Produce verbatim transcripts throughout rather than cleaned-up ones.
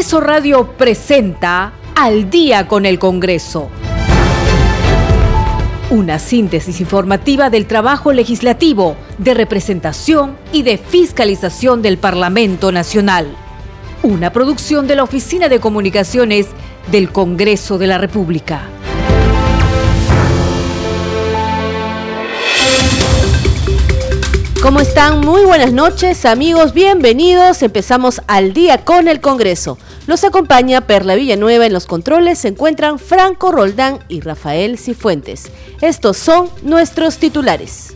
Congreso Radio presenta Al Día con el Congreso. Una síntesis informativa del trabajo legislativo, de representación y de fiscalización del Parlamento Nacional. Una producción de la Oficina de Comunicaciones del Congreso de la República. ¿Cómo están? Muy buenas noches, amigos, bienvenidos. Empezamos Al Día con el Congreso. Los acompaña Perla Villanueva en los controles, se encuentran Franco Roldán y Rafael Cifuentes. Estos son nuestros titulares.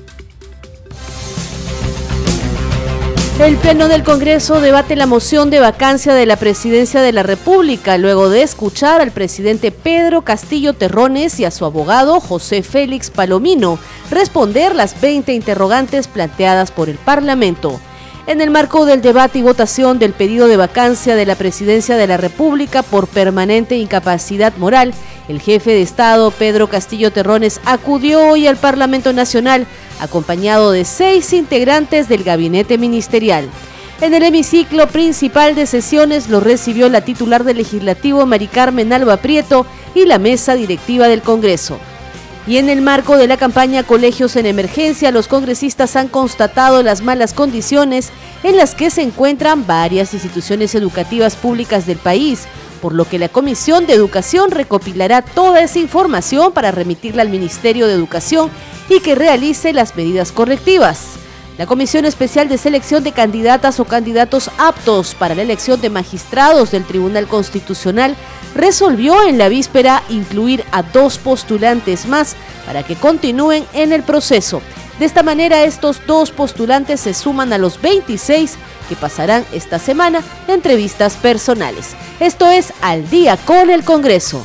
El Pleno del Congreso debate la moción de vacancia de la Presidencia de la República, luego de escuchar al presidente Pedro Castillo Terrones y a su abogado José Félix Palomino responder las veinte interrogantes planteadas por el Parlamento. En el marco del debate y votación del pedido de vacancia de la Presidencia de la República por permanente incapacidad moral, el jefe de Estado, Pedro Castillo Terrones, acudió hoy al Parlamento Nacional, acompañado de seis integrantes del gabinete ministerial. En el hemiciclo principal de sesiones lo recibió la titular del Legislativo, Mari Carmen Alba Prieto, y la mesa directiva del Congreso. Y en el marco de la campaña Colegios en Emergencia, los congresistas han constatado las malas condiciones en las que se encuentran varias instituciones educativas públicas del país, por lo que la Comisión de Educación recopilará toda esa información para remitirla al Ministerio de Educación y que realice las medidas correctivas. La Comisión Especial de Selección de Candidatas o Candidatos Aptos para la elección de magistrados del Tribunal Constitucional resolvió en la víspera incluir a dos postulantes más para que continúen en el proceso. De esta manera, estos dos postulantes se suman a los veintiséis que pasarán esta semana en entrevistas personales. Esto es Al Día con el Congreso.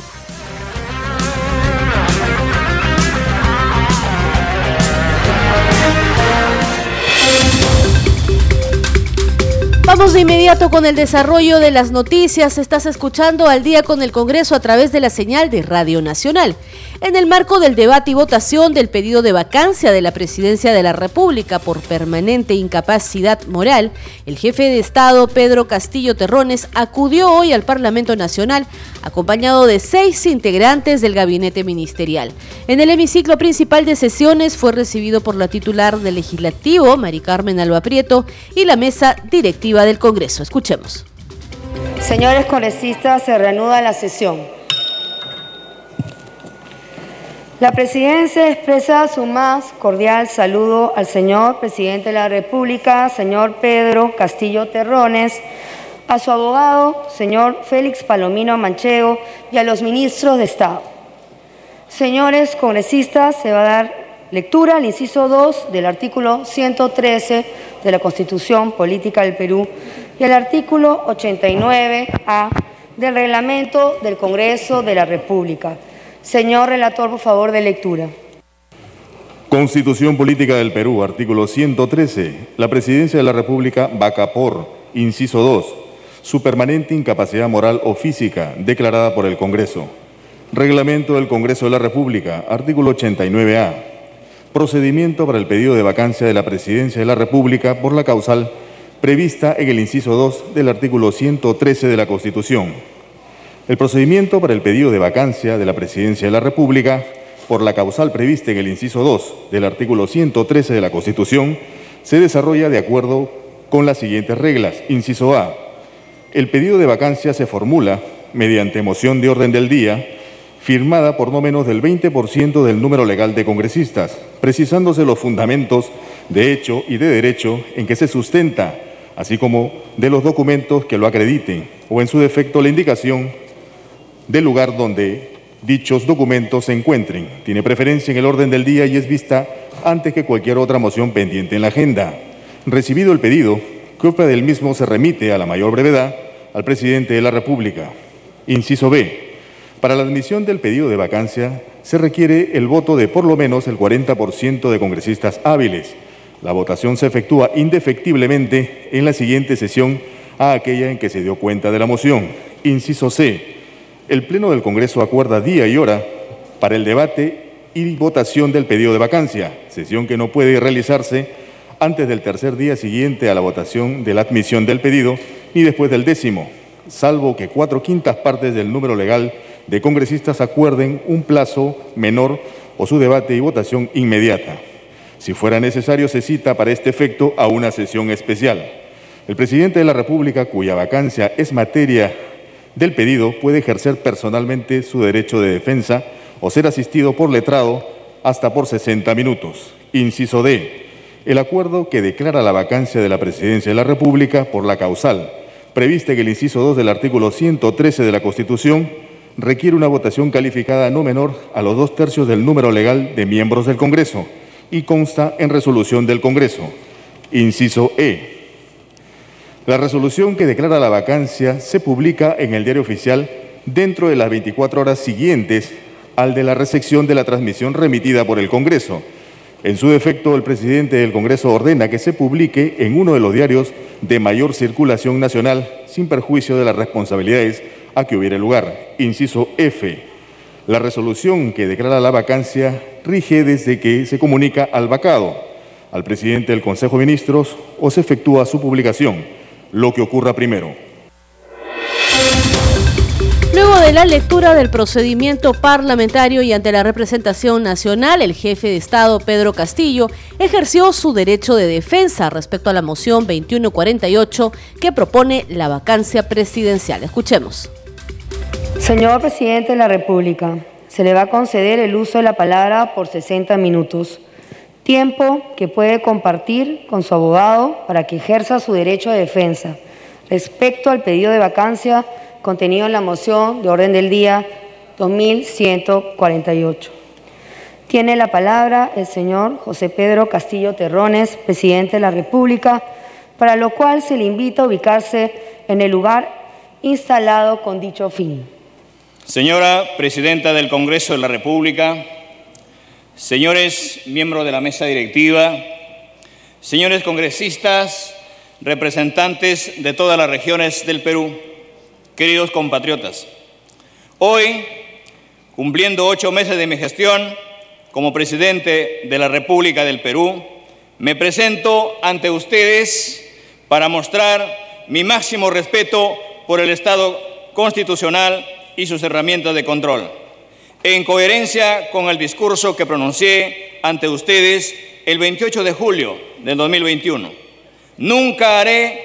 Vamos de inmediato con el desarrollo de las noticias. Estás escuchando Al Día con el Congreso a través de la señal de Radio Nacional. En el marco del debate y votación del pedido de vacancia de la Presidencia de la República por permanente incapacidad moral, el jefe de Estado, Pedro Castillo Terrones, acudió hoy al Parlamento Nacional acompañado de seis integrantes del gabinete ministerial. En el hemiciclo principal de sesiones fue recibido por la titular del Legislativo, Mari Carmen Alba Prieto, y la mesa directiva del Congreso. Escuchemos. Señores congresistas, se reanuda la sesión. La Presidencia expresa su más cordial saludo al señor Presidente de la República, señor Pedro Castillo Terrones, a su abogado, señor Félix Palomino Manchego, y a los ministros de Estado. Señores congresistas, se va a dar lectura al inciso dos del artículo ciento trece de la Constitución Política del Perú y al artículo ochenta y nueve A del Reglamento del Congreso de la República. Señor relator, por favor, de lectura. Constitución Política del Perú, artículo ciento trece. La Presidencia de la República vaca por, inciso dos, su permanente incapacidad moral o física declarada por el Congreso. Reglamento del Congreso de la República, artículo ochenta y nueve A. Procedimiento para el pedido de vacancia de la Presidencia de la República por la causal prevista en el inciso dos del artículo ciento trece de la Constitución. El procedimiento para el pedido de vacancia de la Presidencia de la República por la causal prevista en el inciso dos del artículo ciento trece de la Constitución se desarrolla de acuerdo con las siguientes reglas. Inciso A. El pedido de vacancia se formula mediante moción de orden del día firmada por no menos del veinte por ciento del número legal de congresistas, precisándose los fundamentos de hecho y de derecho en que se sustenta, así como de los documentos que lo acrediten, o en su defecto la indicación del lugar donde dichos documentos se encuentren. Tiene preferencia en el orden del día y es vista antes que cualquier otra moción pendiente en la agenda. Recibido el pedido, copia del mismo se remite a la mayor brevedad al Presidente de la República. Inciso B. Para la admisión del pedido de vacancia se requiere el voto de por lo menos el cuarenta por ciento de congresistas hábiles. La votación se efectúa indefectiblemente en la siguiente sesión a aquella en que se dio cuenta de la moción. Inciso C. El Pleno del Congreso acuerda día y hora para el debate y votación del pedido de vacancia, sesión que no puede realizarse antes del tercer día siguiente a la votación de la admisión del pedido ni después del décimo. salvo que cuatro quintas partes del número legal de congresistas acuerden un plazo menor o su debate y votación inmediata. Si fuera necesario, se cita para este efecto a una sesión especial. El presidente de la República, cuya vacancia es materia del pedido, puede ejercer personalmente su derecho de defensa o ser asistido por letrado hasta por sesenta minutos. Inciso D. El acuerdo que declara la vacancia de la presidencia de la República por la causal, prevista en el inciso dos del artículo ciento trece de la Constitución, requiere una votación calificada no menor a los dos tercios del número legal de miembros del Congreso y consta en resolución del Congreso. Inciso E. La resolución que declara la vacancia se publica en el Diario Oficial dentro de las veinticuatro horas siguientes al de la recepción de la transmisión remitida por el Congreso. En su defecto, el presidente del Congreso ordena que se publique en uno de los diarios de mayor circulación nacional, sin perjuicio de las responsabilidades a que hubiere lugar. Inciso F. La resolución que declara la vacancia rige desde que se comunica al vacado, al presidente del Consejo de Ministros o se efectúa su publicación, lo que ocurra primero. Luego de la lectura del procedimiento parlamentario y ante la representación nacional, el jefe de Estado, Pedro Castillo, ejerció su derecho de defensa respecto a la moción veintiuno cuarenta y ocho que propone la vacancia presidencial. Escuchemos. Señor presidente de la República, se le va a conceder el uso de la palabra por sesenta minutos, tiempo que puede compartir con su abogado para que ejerza su derecho de defensa respecto al pedido de vacancia contenido en la moción de orden del día dos mil ciento cuarenta y ocho. Tiene la palabra el señor José Pedro Castillo Terrones, presidente de la República, para lo cual se le invita a ubicarse en el lugar instalado con dicho fin. Señora Presidenta del Congreso de la República, señores miembros de la mesa directiva, señores congresistas, representantes de todas las regiones del Perú, queridos compatriotas, hoy, cumpliendo ocho meses de mi gestión como presidente de la República del Perú, me presento ante ustedes para mostrar mi máximo respeto por el Estado constitucional y sus herramientas de control, en coherencia con el discurso que pronuncié ante ustedes el veintiocho de julio del dos mil veintiuno. Nunca haré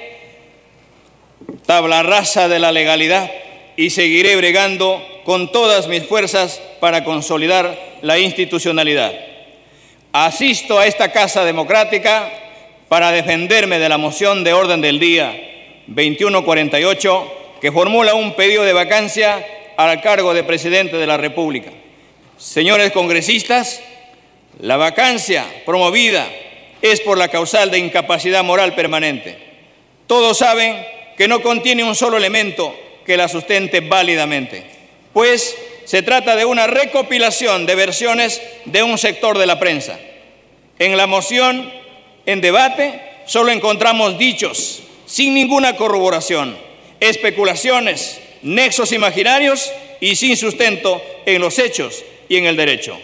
tabla rasa de la legalidad y seguiré bregando con todas mis fuerzas para consolidar la institucionalidad. Asisto a esta Casa Democrática para defenderme de la moción de orden del día veintiuno cuarenta y ocho que formula un pedido de vacancia al cargo de presidente de la República. Señores congresistas, la vacancia promovida es por la causal de incapacidad moral permanente. Todos saben que no contiene un solo elemento que la sustente válidamente, pues se trata de una recopilación de versiones de un sector de la prensa. En la moción en debate solo encontramos dichos, sin ninguna corroboración, especulaciones, nexos imaginarios y sin sustento en los hechos y en el derecho.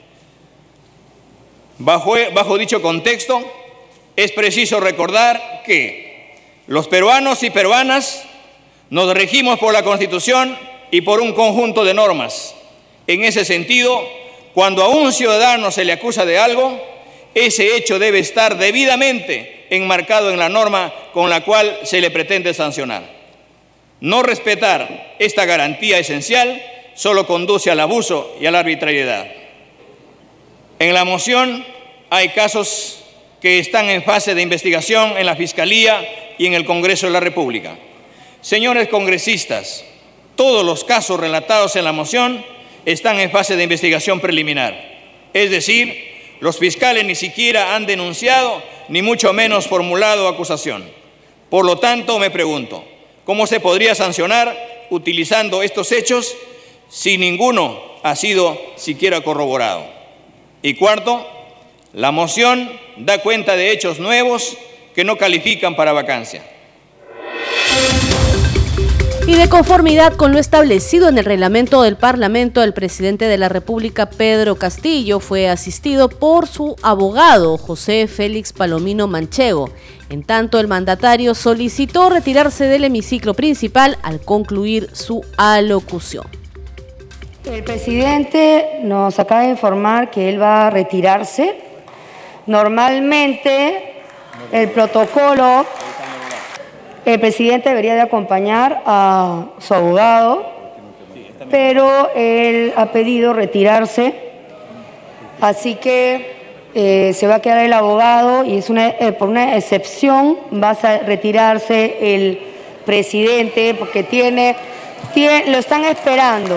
Bajo, bajo dicho contexto, es preciso recordar que los peruanos y peruanas nos regimos por la Constitución y por un conjunto de normas. En ese sentido, cuando a un ciudadano se le acusa de algo, ese hecho debe estar debidamente enmarcado en la norma con la cual se le pretende sancionar. No respetar esta garantía esencial solo conduce al abuso y a la arbitrariedad. En la moción hay casos que están en fase de investigación en la Fiscalía y en el Congreso de la República. Señores congresistas, todos los casos relatados en la moción están en fase de investigación preliminar. Es decir, los fiscales ni siquiera han denunciado, ni mucho menos formulado acusación. Por lo tanto, me pregunto, ¿cómo se podría sancionar utilizando estos hechos si ninguno ha sido siquiera corroborado? Y cuarto, la moción da cuenta de hechos nuevos que no califican para vacancia. Y de conformidad con lo establecido en el reglamento del Parlamento, el presidente de la República, Pedro Castillo, fue asistido por su abogado, José Félix Palomino Manchego. En tanto, el mandatario solicitó retirarse del hemiciclo principal al concluir su alocución. El presidente nos acaba de informar que él va a retirarse. Normalmente, el protocolo... El presidente debería de acompañar a su abogado, pero él ha pedido retirarse, así que eh, se va a quedar el abogado y es una, eh, por una excepción va a retirarse el presidente porque tiene, tiene, lo están esperando.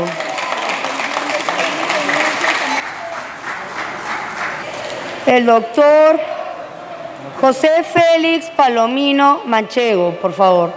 El doctor José Félix Palomino Manchego, por favor.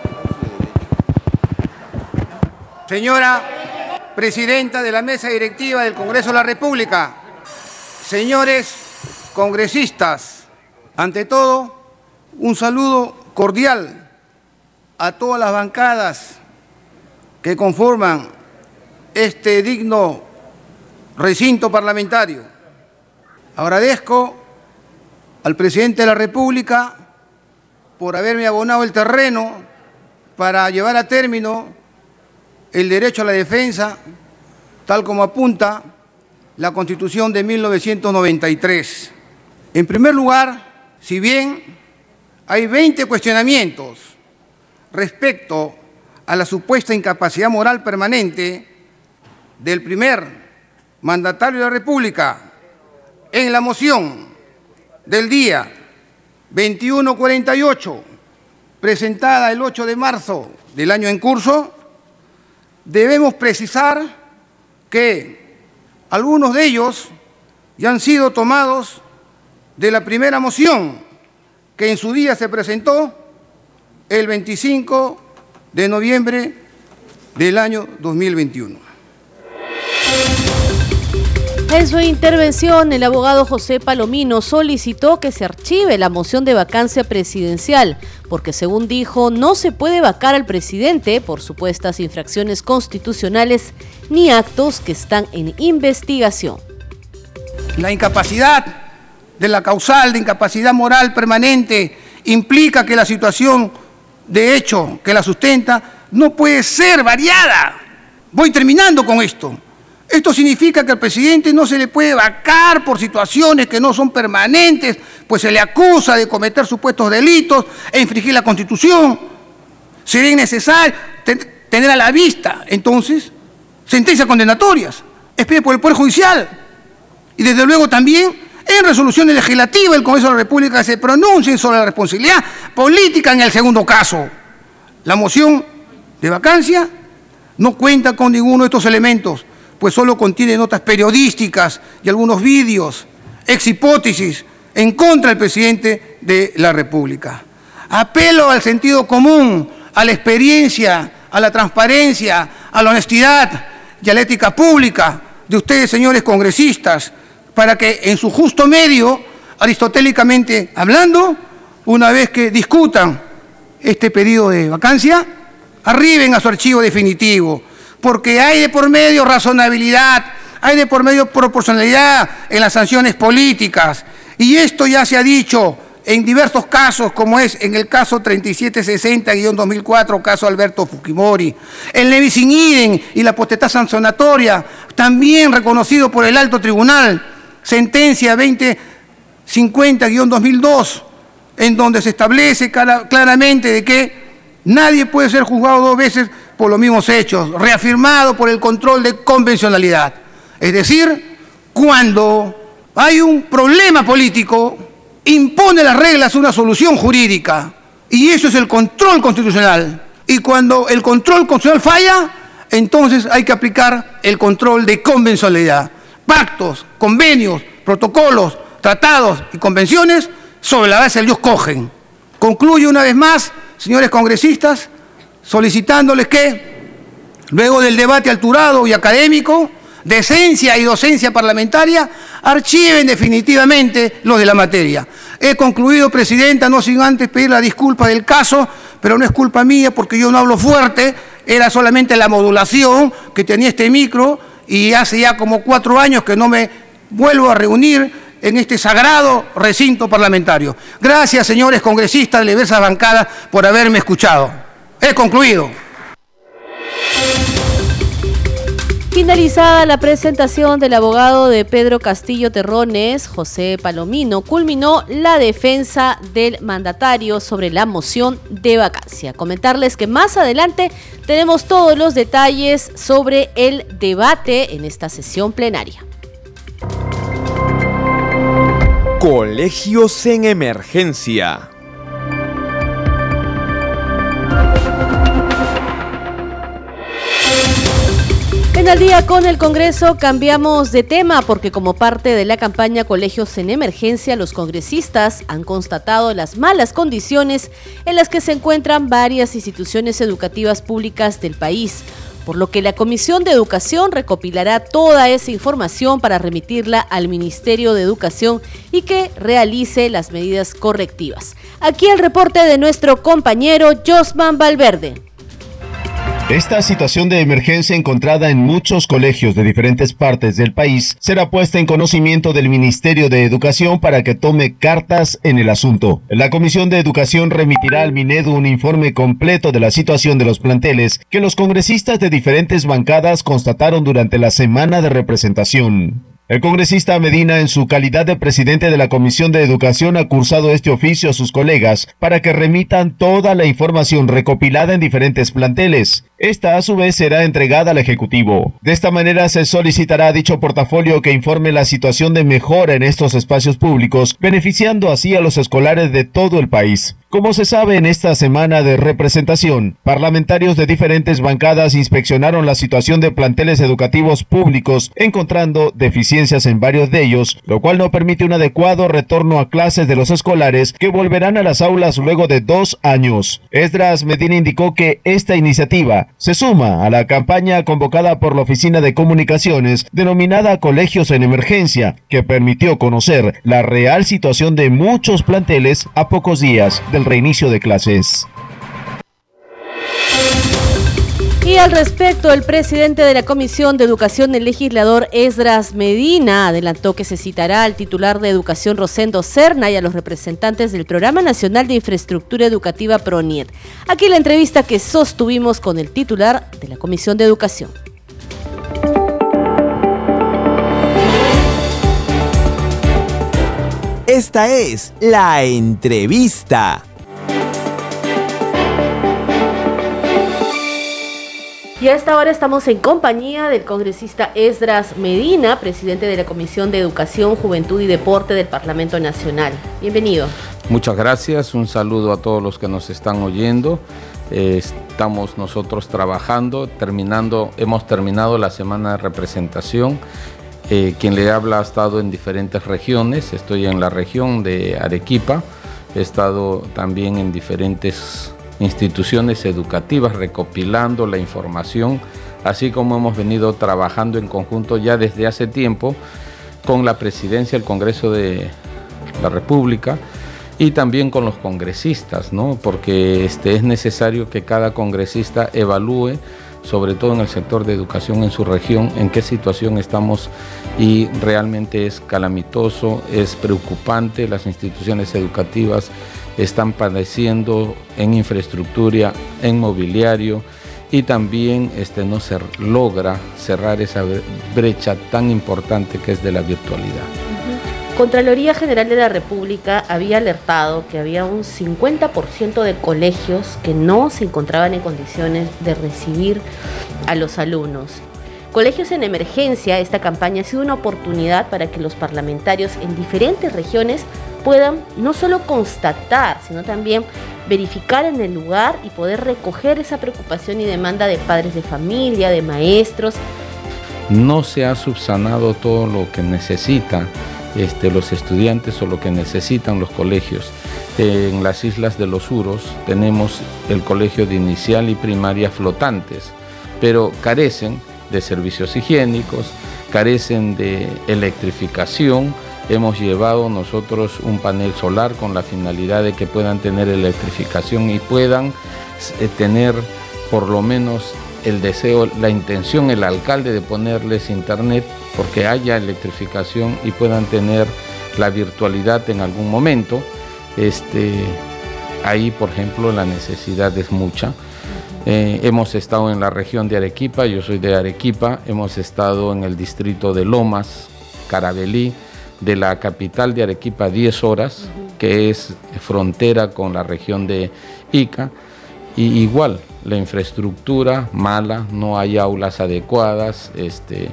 Señora Presidenta de la Mesa Directiva del Congreso de la República, señores congresistas, ante todo, un saludo cordial a todas las bancadas que conforman este digno recinto parlamentario. Agradezco al presidente de la República por haberme abonado el terreno para llevar a término el derecho a la defensa, tal como apunta la Constitución de mil novecientos noventa y tres. En primer lugar, si bien hay veinte cuestionamientos respecto a la supuesta incapacidad moral permanente del primer mandatario de la República en la moción del día veintiuno cuarenta y ocho, presentada el ocho de marzo del año en curso, debemos precisar que algunos de ellos ya han sido tomados de la primera moción que en su día se presentó el veinticinco de noviembre del año dos mil veintiuno. En su intervención, el abogado José Palomino solicitó que se archive la moción de vacancia presidencial, porque según dijo, no se puede vacar al presidente por supuestas infracciones constitucionales ni actos que están en investigación. La incapacidad de la causal de incapacidad moral permanente implica que la situación de hecho que la sustenta no puede ser variada. Voy terminando con esto. Esto significa que al presidente no se le puede vacar por situaciones que no son permanentes, pues se le acusa de cometer supuestos delitos e infringir la Constitución. Sería innecesario tener a la vista, entonces, sentencias condenatorias, expedidas por el Poder Judicial. Y desde luego también en resoluciones legislativas del Congreso de la República que se pronuncien sobre la responsabilidad política en el segundo caso. La moción de vacancia no cuenta con ninguno de estos elementos, pues solo contiene notas periodísticas y algunos vídeos, ex hipótesis, en contra del presidente de la República. Apelo al sentido común, a la experiencia, a la transparencia, a la honestidad y a la ética pública de ustedes, señores congresistas, para que en su justo medio, aristotélicamente hablando, una vez que discutan este pedido de vacancia, arriben a su archivo definitivo, porque hay de por medio razonabilidad, hay de por medio proporcionalidad en las sanciones políticas. Y esto ya se ha dicho en diversos casos, como es en el caso treinta y siete sesenta guión dos mil cuatro, caso Alberto Fujimori. El levis in idem y la potestad sancionatoria, también reconocido por el alto tribunal, sentencia veinte cincuenta guión dos mil dos, en donde se establece claramente de que nadie puede ser juzgado dos veces por los mismos hechos, reafirmado por el control de convencionalidad. Es decir, cuando hay un problema político, impone las reglas una solución jurídica, y eso es el control constitucional. Y cuando el control constitucional falla, entonces hay que aplicar el control de convencionalidad. Pactos, convenios, protocolos, tratados y convenciones sobre la base del Dios cogen. Concluyo una vez más, señores congresistas, solicitándoles que, luego del debate alturado y académico, decencia y docencia parlamentaria, archiven definitivamente los de la materia. He concluido, Presidenta, no sin antes pedir la disculpa del caso, pero no es culpa mía porque yo no hablo fuerte era solamente la modulación que tenía este micro y hace ya como cuatro años que no me vuelvo a reunir en este sagrado recinto parlamentario. Gracias, señores congresistas de diversas bancadas, por haberme escuchado. He concluido. Finalizada la presentación del abogado de Pedro Castillo Terrones, José Palomino, culminó la defensa del mandatario sobre la moción de vacancia. Comentarles que más adelante tenemos todos los detalles sobre el debate en esta sesión plenaria. Colegios en emergencia. En Al Día con el Congreso cambiamos de tema porque como parte de la campaña Colegios en Emergencia, los congresistas han constatado las malas condiciones en las que se encuentran varias instituciones educativas públicas del país, por lo que la Comisión de Educación recopilará toda esa información para remitirla al Ministerio de Educación y que realice las medidas correctivas. Aquí el reporte de nuestro compañero Josman Valverde. Esta situación de emergencia encontrada en muchos colegios de diferentes partes del país será puesta en conocimiento del Ministerio de Educación para que tome cartas en el asunto. La Comisión de Educación remitirá al Minedu un informe completo de la situación de los planteles que los congresistas de diferentes bancadas constataron durante la semana de representación. El congresista Medina, en su calidad de presidente de la Comisión de Educación, ha cursado este oficio a sus colegas para que remitan toda la información recopilada en diferentes planteles. Esta, a su vez, será entregada al Ejecutivo. De esta manera, se solicitará a dicho portafolio que informe la situación de mejora en estos espacios públicos, beneficiando así a los escolares de todo el país. Como se sabe, en esta semana de representación, parlamentarios de diferentes bancadas inspeccionaron la situación de planteles educativos públicos, encontrando deficiencias en varios de ellos, lo cual no permite un adecuado retorno a clases de los escolares que volverán a las aulas luego de dos años. Esdras Medina indicó que esta iniciativa se suma a la campaña convocada por la Oficina de Comunicaciones denominada Colegios en Emergencia, que permitió conocer la real situación de muchos planteles a pocos días del reinicio de clases. Y al respecto, el presidente de la Comisión de Educación, el legislador Esdras Medina, adelantó que se citará al titular de Educación Rosendo Serna y a los representantes del Programa Nacional de Infraestructura Educativa PRONIET. Aquí la entrevista que sostuvimos con el titular de la Comisión de Educación. Esta es la entrevista. Y a esta hora estamos en compañía del congresista Esdras Medina, presidente de la Comisión de Educación, Juventud y Deporte del Parlamento Nacional. Bienvenido. Muchas gracias, un saludo a todos los que nos están oyendo. Eh, estamos nosotros trabajando, terminando, hemos terminado la semana de representación. Eh, quien le habla ha estado en diferentes regiones, estoy en la región de Arequipa, he estado también en diferentes instituciones educativas recopilando la información, así como hemos venido trabajando en conjunto ya desde hace tiempo con la Presidencia del Congreso de la República y también con los congresistas, ¿no? Porque este, es necesario que cada congresista evalúe, sobre todo en el sector de educación en su región, en qué situación estamos y realmente es calamitoso, es preocupante, las instituciones educativas están padeciendo en infraestructura, en mobiliario y también este, no se logra cerrar esa brecha tan importante que es de la virtualidad. Contraloría General de la República había alertado que había un cincuenta por ciento de colegios que no se encontraban en condiciones de recibir a los alumnos. Colegios en Emergencia, esta campaña ha sido una oportunidad para que los parlamentarios en diferentes regiones puedan no solo constatar, sino también verificar en el lugar y poder recoger esa preocupación y demanda de padres de familia, de maestros. No se ha subsanado todo lo que necesitan este, los estudiantes o lo que necesitan los colegios. En las islas de los Uros tenemos el colegio de inicial y primaria flotantes, pero carecen de servicios higiénicos, carecen de electrificación. Hemos llevado nosotros un panel solar con la finalidad de que puedan tener electrificación y puedan eh, tener por lo menos el deseo, la intención, el alcalde de ponerles internet porque haya electrificación y puedan tener la virtualidad en algún momento. Este, ahí, por ejemplo, la necesidad es mucha. Eh, hemos estado en la región de Arequipa, yo soy de Arequipa, hemos estado en el distrito de Lomas, Carabelí, de la capital de Arequipa diez horas, uh-huh. que es frontera con la región de Ica, y igual, la infraestructura mala, no hay aulas adecuadas, este,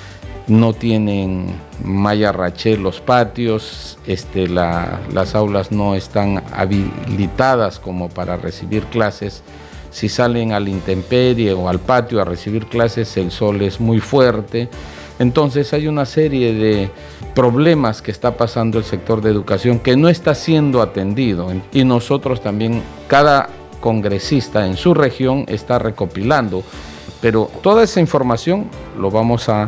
no tienen malla rachel los patios, este, la, las aulas no están habilitadas como para recibir clases. Si salen al intemperie o al patio a recibir clases, el sol es muy fuerte. Entonces hay una serie de problemas que está pasando el sector de educación que no está siendo atendido. Y nosotros también, cada congresista en su región está recopilando. Pero toda esa información lo vamos a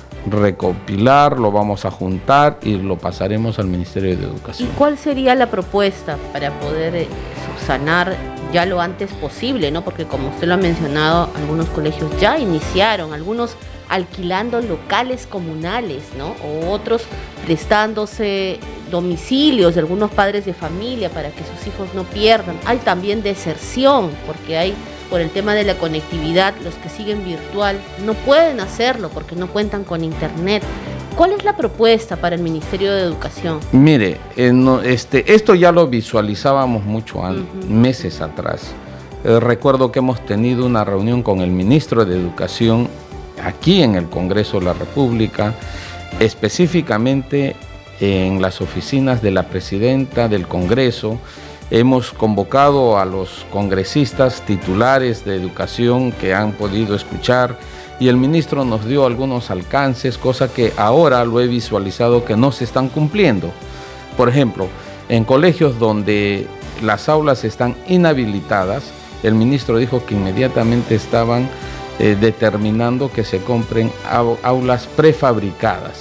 recopilar, lo vamos a juntar y lo pasaremos al Ministerio de Educación. ¿Y cuál sería la propuesta para poder eh, subsanar ya lo antes posible, ¿no? Porque como usted lo ha mencionado, algunos colegios ya iniciaron, algunos alquilando locales comunales, ¿no? O otros prestándose domicilios de algunos padres de familia para que sus hijos no pierdan. Hay también deserción, porque hay, por el tema de la conectividad, los que siguen virtual no pueden hacerlo porque no cuentan con internet. ¿Cuál es la propuesta para el Ministerio de Educación? Mire, eh, no, este, esto ya lo visualizábamos mucho antes, uh-huh. meses atrás. Eh, recuerdo que hemos tenido una reunión con el Ministro de Educación aquí en el Congreso de la República, específicamente en las oficinas de la Presidenta del Congreso. Hemos convocado a los congresistas titulares de educación que han podido escuchar y el ministro nos dio algunos alcances, cosa que ahora lo he visualizado que no se están cumpliendo. Por ejemplo, en colegios donde las aulas están inhabilitadas, el ministro dijo que inmediatamente estaban eh, determinando que se compren aulas prefabricadas.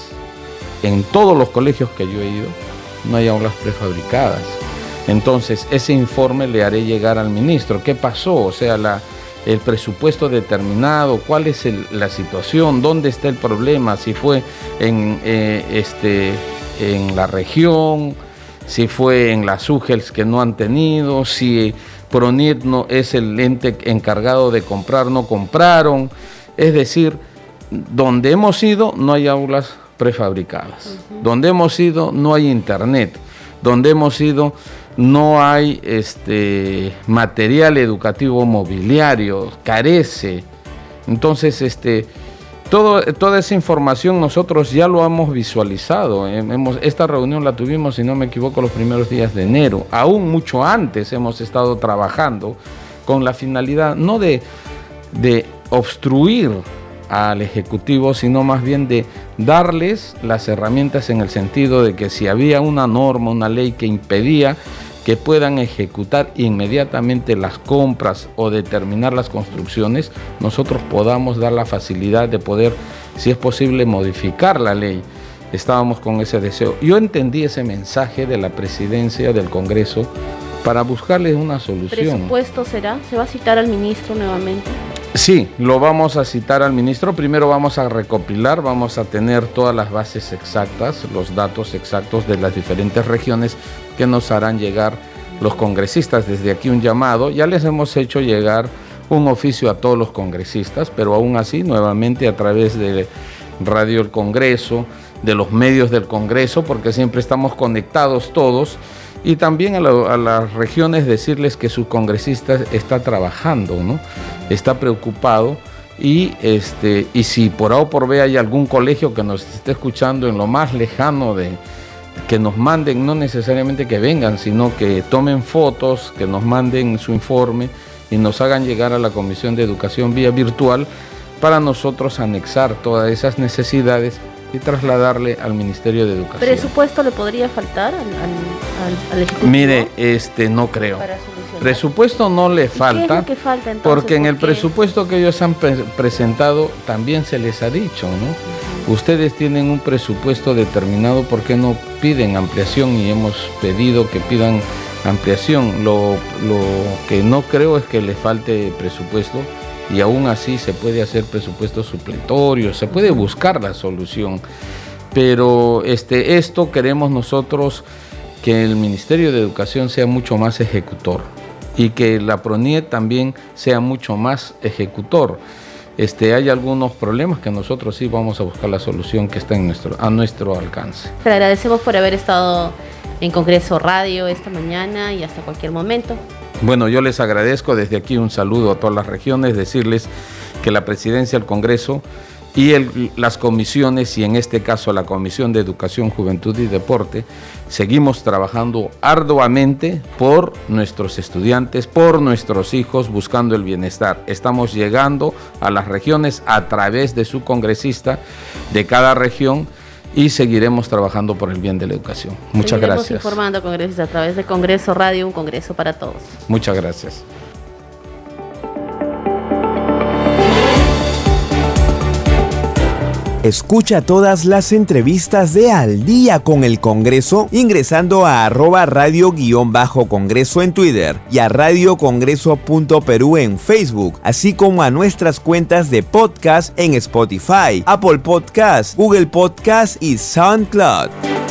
En todos los colegios que yo he ido, no hay aulas prefabricadas. Entonces, ese informe le haré llegar al ministro. ¿Qué pasó? O sea, la... el presupuesto determinado, cuál es el, la situación, dónde está el problema, si fue en, eh, este, en la región, si fue en las U G E L S que no han tenido, si PRONIT no es el ente encargado de comprar, no compraron. Es decir, donde hemos ido no hay aulas prefabricadas, uh-huh. donde hemos ido no hay internet, donde hemos ido no hay este, material educativo mobiliario, carece. Entonces, este, todo, toda esa información nosotros ya lo hemos visualizado. Hemos, esta reunión la tuvimos, si no me equivoco, los primeros días de enero. Aún mucho antes hemos estado trabajando con la finalidad no de, de obstruir al Ejecutivo, sino más bien de darles las herramientas en el sentido de que si había una norma, una ley que impedía que puedan ejecutar inmediatamente las compras o determinar las construcciones, nosotros podamos dar la facilidad de poder, si es posible, modificar la ley. Estábamos con ese deseo. Yo entendí ese mensaje de la presidencia del Congreso para buscarles una solución. ¿Presupuesto será? ¿Se va a citar al ministro nuevamente? Sí, lo vamos a citar al ministro. Primero vamos a recopilar, vamos a tener todas las bases exactas, los datos exactos de las diferentes regiones que nos harán llegar los congresistas. Desde aquí un llamado, ya les hemos hecho llegar un oficio a todos los congresistas, pero aún así, nuevamente a través de Radio El Congreso, de los medios del Congreso, porque siempre estamos conectados todos, y también a, la, a las regiones decirles que su congresista está trabajando, ¿no? Está preocupado y, este, y si por A o por B hay algún colegio que nos esté escuchando en lo más lejano de que nos manden, no necesariamente que vengan, sino que tomen fotos, que nos manden su informe y nos hagan llegar a la Comisión de Educación vía virtual para nosotros anexar todas esas necesidades y trasladarle al Ministerio de Educación. ¿Presupuesto le podría faltar al, al, al Ejecutivo? Mire, este, no creo. Presupuesto no le falta, ¿qué es lo que falta entonces? Porque en el ¿Por qué? presupuesto que ellos han pre presentado también se les ha dicho, ¿no? Uh-huh. Ustedes tienen un presupuesto determinado, ¿por qué no piden ampliación? Y hemos pedido que pidan ampliación. Lo, lo que no creo es que les falte presupuesto, y aún así se puede hacer presupuestos supletorios, se puede buscar la solución. Pero este, esto queremos nosotros que el Ministerio de Educación sea mucho más ejecutor y que la PRONIET también sea mucho más ejecutor. Este, hay algunos problemas que nosotros sí vamos a buscar la solución que está en nuestro, a nuestro alcance. Te agradecemos por haber estado en Congreso Radio esta mañana y hasta cualquier momento. Bueno, yo les agradezco desde aquí un saludo a todas las regiones, decirles que la presidencia del Congreso y el, las comisiones, y en este caso la Comisión de Educación, Juventud y Deporte, seguimos trabajando arduamente por nuestros estudiantes, por nuestros hijos, buscando el bienestar. Estamos llegando a las regiones a través de su congresista de cada región y seguiremos trabajando por el bien de la educación. Muchas Seguiremos gracias. informando, congresistas, a través de Congreso Radio, un congreso para todos. Muchas gracias. Escucha todas las entrevistas de Al Día con el Congreso ingresando a arroba radio guión bajo Congreso en Twitter y a radio congreso punto perú en Facebook, así como a nuestras cuentas de podcast en Spotify, Apple Podcast, Google Podcast y SoundCloud.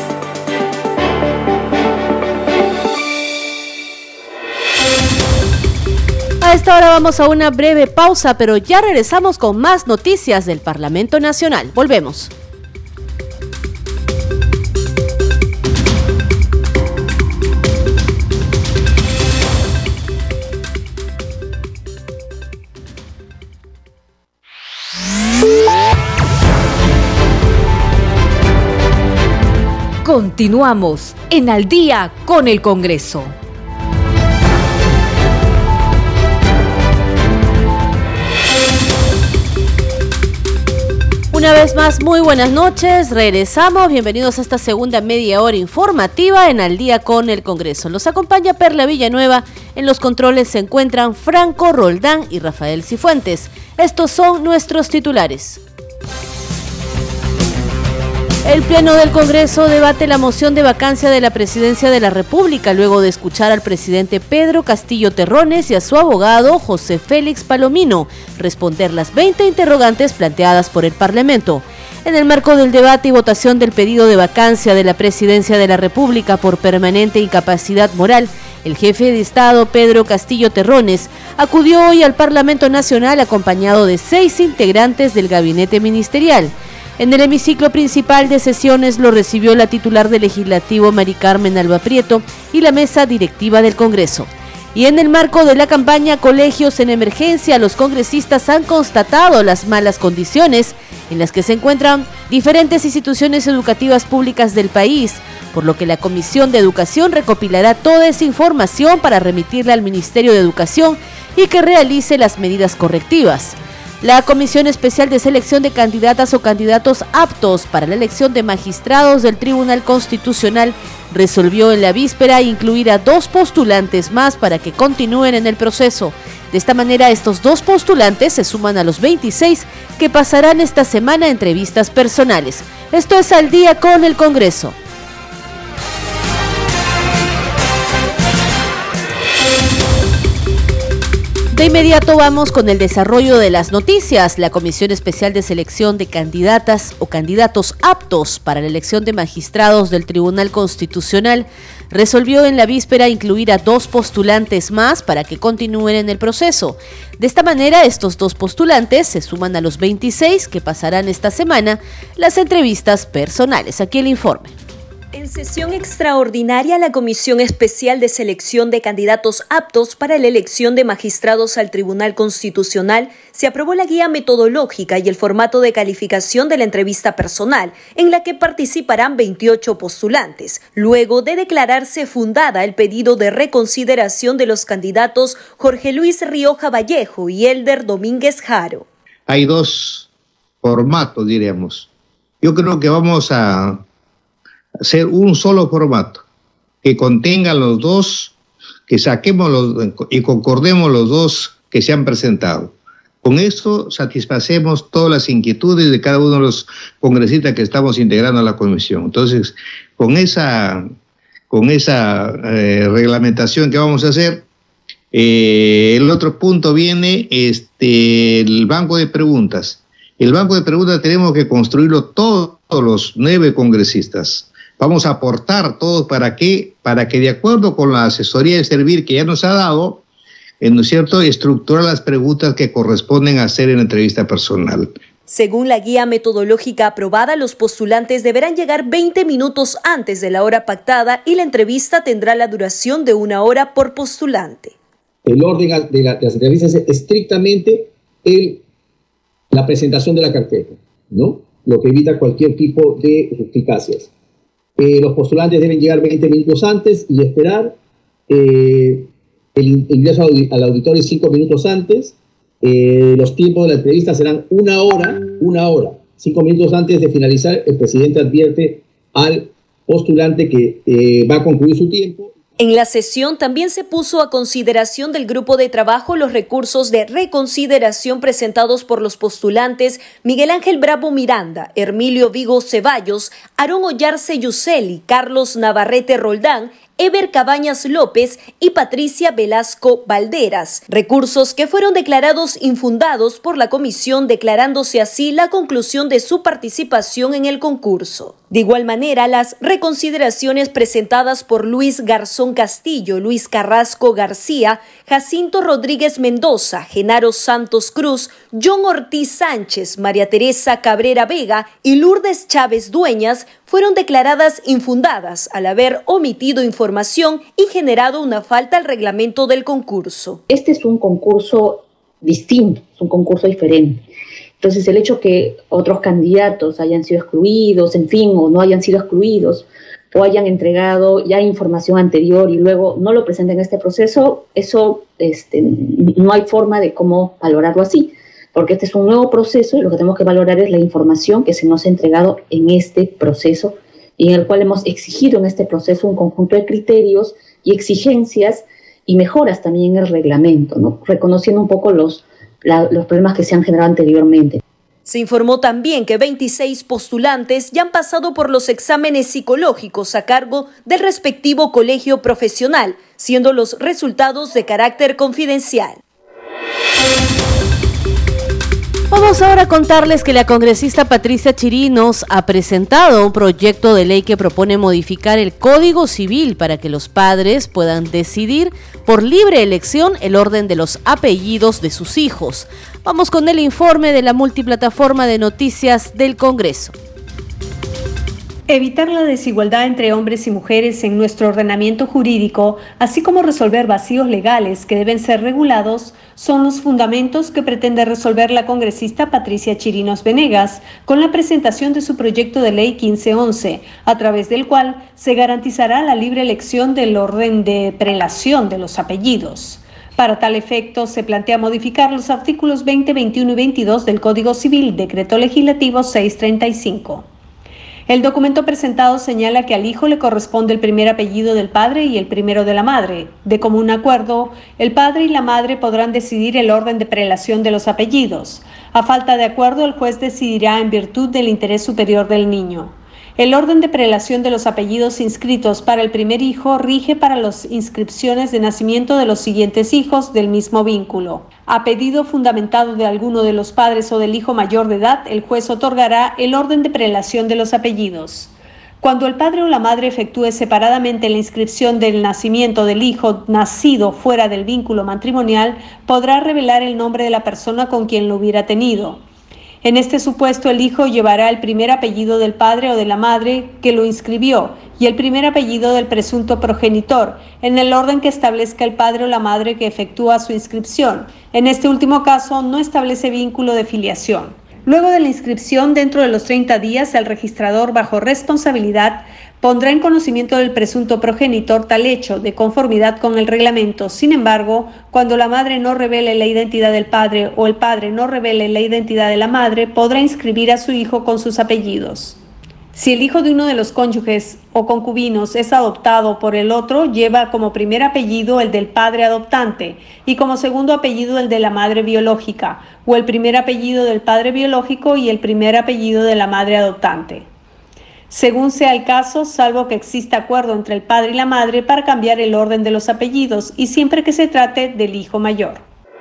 A esta hora vamos a una breve pausa, pero ya regresamos con más noticias del Parlamento Nacional. Volvemos. Continuamos en Al Día con el Congreso. Una vez más, muy buenas noches, regresamos, bienvenidos a esta segunda media hora informativa en Al Día con el Congreso. Los acompaña Perla Villanueva, en los controles se encuentran Franco Roldán y Rafael Cifuentes. Estos son nuestros titulares. El Pleno del Congreso debate la moción de vacancia de la Presidencia de la República luego de escuchar al presidente Pedro Castillo Terrones y a su abogado José Félix Palomino responder las veinte interrogantes planteadas por el Parlamento. En el marco del debate y votación del pedido de vacancia de la Presidencia de la República por permanente incapacidad moral, el jefe de Estado Pedro Castillo Terrones acudió hoy al Parlamento Nacional acompañado de seis integrantes del gabinete ministerial. En el hemiciclo principal de sesiones lo recibió la titular del Legislativo Mari Carmen Alba Prieto y la mesa directiva del Congreso. Y en el marco de la campaña Colegios en Emergencia, los congresistas han constatado las malas condiciones en las que se encuentran diferentes instituciones educativas públicas del país, por lo que la Comisión de Educación recopilará toda esa información para remitirla al Ministerio de Educación y que realice las medidas correctivas. La Comisión Especial de Selección de Candidatas o Candidatos Aptos para la elección de magistrados del Tribunal Constitucional resolvió en la víspera incluir a dos postulantes más para que continúen en el proceso. De esta manera, estos dos postulantes se suman a los veintiséis que pasarán esta semana entrevistas personales. Esto es Al Día con el Congreso. De inmediato vamos con el desarrollo de las noticias. La Comisión Especial de Selección de Candidatas o Candidatos Aptos para la elección de magistrados del Tribunal Constitucional resolvió en la víspera incluir a dos postulantes más para que continúen en el proceso. De esta manera, estos dos postulantes se suman a los veintiséis que pasarán esta semana las entrevistas personales. Aquí el informe. En sesión extraordinaria, la Comisión Especial de Selección de Candidatos Aptos para la elección de magistrados al Tribunal Constitucional se aprobó la guía metodológica y el formato de calificación de la entrevista personal, en la que participarán veintiocho postulantes, luego de declararse fundada el pedido de reconsideración de los candidatos Jorge Luis Rioja Vallejo y Elder Domínguez Jaro. Hay dos formatos, diríamos. Yo creo que vamos a hacer un solo formato que contenga los dos, que saquemos los y concordemos los dos que se han presentado. Con esto satisfacemos todas las inquietudes de cada uno de los congresistas que estamos integrando a la comisión. Entonces, con esa, con esa eh, reglamentación que vamos a hacer, Eh, el otro punto viene este, el banco de preguntas. El banco de preguntas tenemos que construirlo todos, todos los nueve congresistas. Vamos a aportar todos para que, para que de acuerdo con la asesoría de servir que ya nos ha dado, eh, ¿no es cierto?, estructurar las preguntas que corresponden a hacer en la entrevista personal. Según la guía metodológica aprobada, los postulantes deberán llegar veinte minutos antes de la hora pactada y la entrevista tendrá la duración de una hora por postulante. El orden de, la, de las entrevistas es estrictamente el, la presentación de la carpeta, ¿no? Lo que evita cualquier tipo de suspicacias. Eh, los postulantes deben llegar veinte minutos antes y esperar. Eh, el ingreso al auditorio cinco minutos antes. Eh, los tiempos de la entrevista serán una hora, una hora. Cinco minutos antes de finalizar, el presidente advierte al postulante que eh, va a concluir su tiempo. En la sesión también se puso a consideración del grupo de trabajo los recursos de reconsideración presentados por los postulantes Miguel Ángel Bravo Miranda, Hermilio Vigo Ceballos, Aarón Ollarse Yuseli, Carlos Navarrete Roldán, Eber Cabañas López y Patricia Velasco Valderas, recursos que fueron declarados infundados por la comisión, declarándose así la conclusión de su participación en el concurso. De igual manera, las reconsideraciones presentadas por Luis Garzón Castillo, Luis Carrasco García, Jacinto Rodríguez Mendoza, Genaro Santos Cruz, John Ortiz Sánchez, María Teresa Cabrera Vega y Lourdes Chávez Dueñas fueron declaradas infundadas al haber omitido información y generado una falta al reglamento del concurso. Este es un concurso distinto, es un concurso diferente. Entonces, el hecho que otros candidatos hayan sido excluidos, en fin, o no hayan sido excluidos, o hayan entregado ya información anterior y luego no lo presenten en este proceso, eso este, no hay forma de cómo valorarlo así, porque este es un nuevo proceso y lo que tenemos que valorar es la información que se nos ha entregado en este proceso y en el cual hemos exigido en este proceso un conjunto de criterios y exigencias y mejoras también en el reglamento, ¿no? Reconociendo un poco los La, los problemas que se han generado anteriormente. Se informó también que veintiséis postulantes ya han pasado por los exámenes psicológicos a cargo del respectivo colegio profesional, siendo los resultados de carácter confidencial. Vamos ahora a contarles que la congresista Patricia Chirinos ha presentado un proyecto de ley que propone modificar el Código Civil para que los padres puedan decidir por libre elección el orden de los apellidos de sus hijos. Vamos con el informe de la multiplataforma de noticias del Congreso. Evitar la desigualdad entre hombres y mujeres en nuestro ordenamiento jurídico, así como resolver vacíos legales que deben ser regulados, son los fundamentos que pretende resolver la congresista Patricia Chirinos Venegas con la presentación de su proyecto de ley quince once, a través del cual se garantizará la libre elección del orden de prelación de los apellidos. Para tal efecto, se plantea modificar los artículos veinte, veintiuno y veintidós del Código Civil, Decreto Legislativo seiscientos treinta y cinco. El documento presentado señala que al hijo le corresponde el primer apellido del padre y el primero de la madre. De común acuerdo, el padre y la madre podrán decidir el orden de prelación de los apellidos. A falta de acuerdo, el juez decidirá en virtud del interés superior del niño. El orden de prelación de los apellidos inscritos para el primer hijo rige para las inscripciones de nacimiento de los siguientes hijos del mismo vínculo. A pedido fundamentado de alguno de los padres o del hijo mayor de edad, el juez otorgará el orden de prelación de los apellidos. Cuando el padre o la madre efectúe separadamente la inscripción del nacimiento del hijo nacido fuera del vínculo matrimonial, podrá revelar el nombre de la persona con quien lo hubiera tenido. En este supuesto, el hijo llevará el primer apellido del padre o de la madre que lo inscribió y el primer apellido del presunto progenitor, en el orden que establezca el padre o la madre que efectúa su inscripción. En este último caso, no establece vínculo de filiación. Luego de la inscripción, dentro de los treinta días, el registrador, bajo responsabilidad, pondrá en conocimiento del presunto progenitor tal hecho, de conformidad con el reglamento. Sin embargo, cuando la madre no revele la identidad del padre o el padre no revele la identidad de la madre, podrá inscribir a su hijo con sus apellidos. Si el hijo de uno de los cónyuges o concubinos es adoptado por el otro, lleva como primer apellido el del padre adoptante y como segundo apellido el de la madre biológica, o el primer apellido del padre biológico y el primer apellido de la madre adoptante. según sea el caso, salvo que exista acuerdo entre el padre y la madre para cambiar el orden de los apellidos y siempre que se trate del hijo mayor.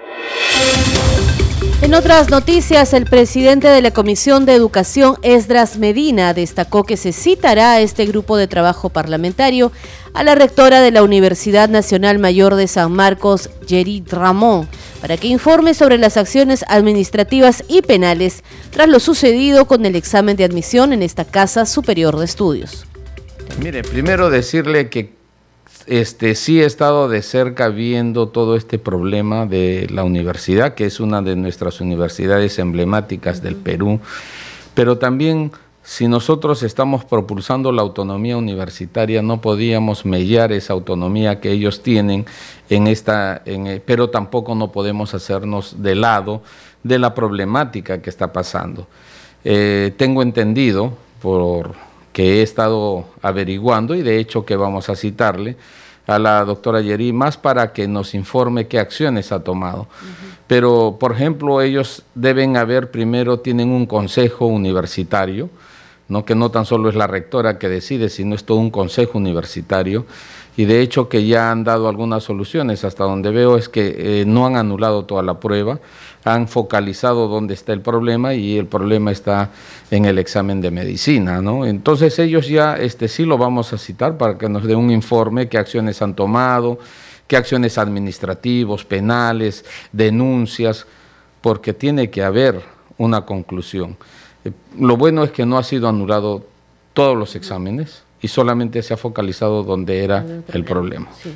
En otras noticias, el presidente de la Comisión de Educación, Esdras Medina, destacó que se citará a este grupo de trabajo parlamentario a la rectora de la Universidad Nacional Mayor de San Marcos, Yeri Ramón, para que informe sobre las acciones administrativas y penales tras lo sucedido con el examen de admisión en esta Casa Superior de Estudios. Mire, primero decirle que Este, sí he estado de cerca viendo todo este problema de la universidad, que es una de nuestras universidades emblemáticas del Perú, pero también si nosotros estamos propulsando la autonomía universitaria, no podíamos mellar esa autonomía que ellos tienen, en esta, en, pero tampoco no podemos hacernos de lado de la problemática que está pasando. Eh, tengo entendido por... que he estado averiguando y de hecho que vamos a citarle a la doctora Yeri más para que nos informe qué acciones ha tomado. Uh-huh. Pero, por ejemplo, ellos deben haber primero, tienen un consejo universitario, ¿no? Que no tan solo es la rectora que decide, sino es todo un consejo universitario, y de hecho que ya han dado algunas soluciones. Hasta donde veo es que eh, no han anulado toda la prueba, han focalizado dónde está el problema y el problema está en el examen de medicina, ¿no? Entonces ellos ya este, sí lo vamos a citar para que nos dé un informe, qué acciones han tomado, qué acciones administrativos, penales, denuncias, porque tiene que haber una conclusión. Eh, lo bueno es que no ha sido anulado todos los exámenes y solamente se ha focalizado donde era el problema. Sí.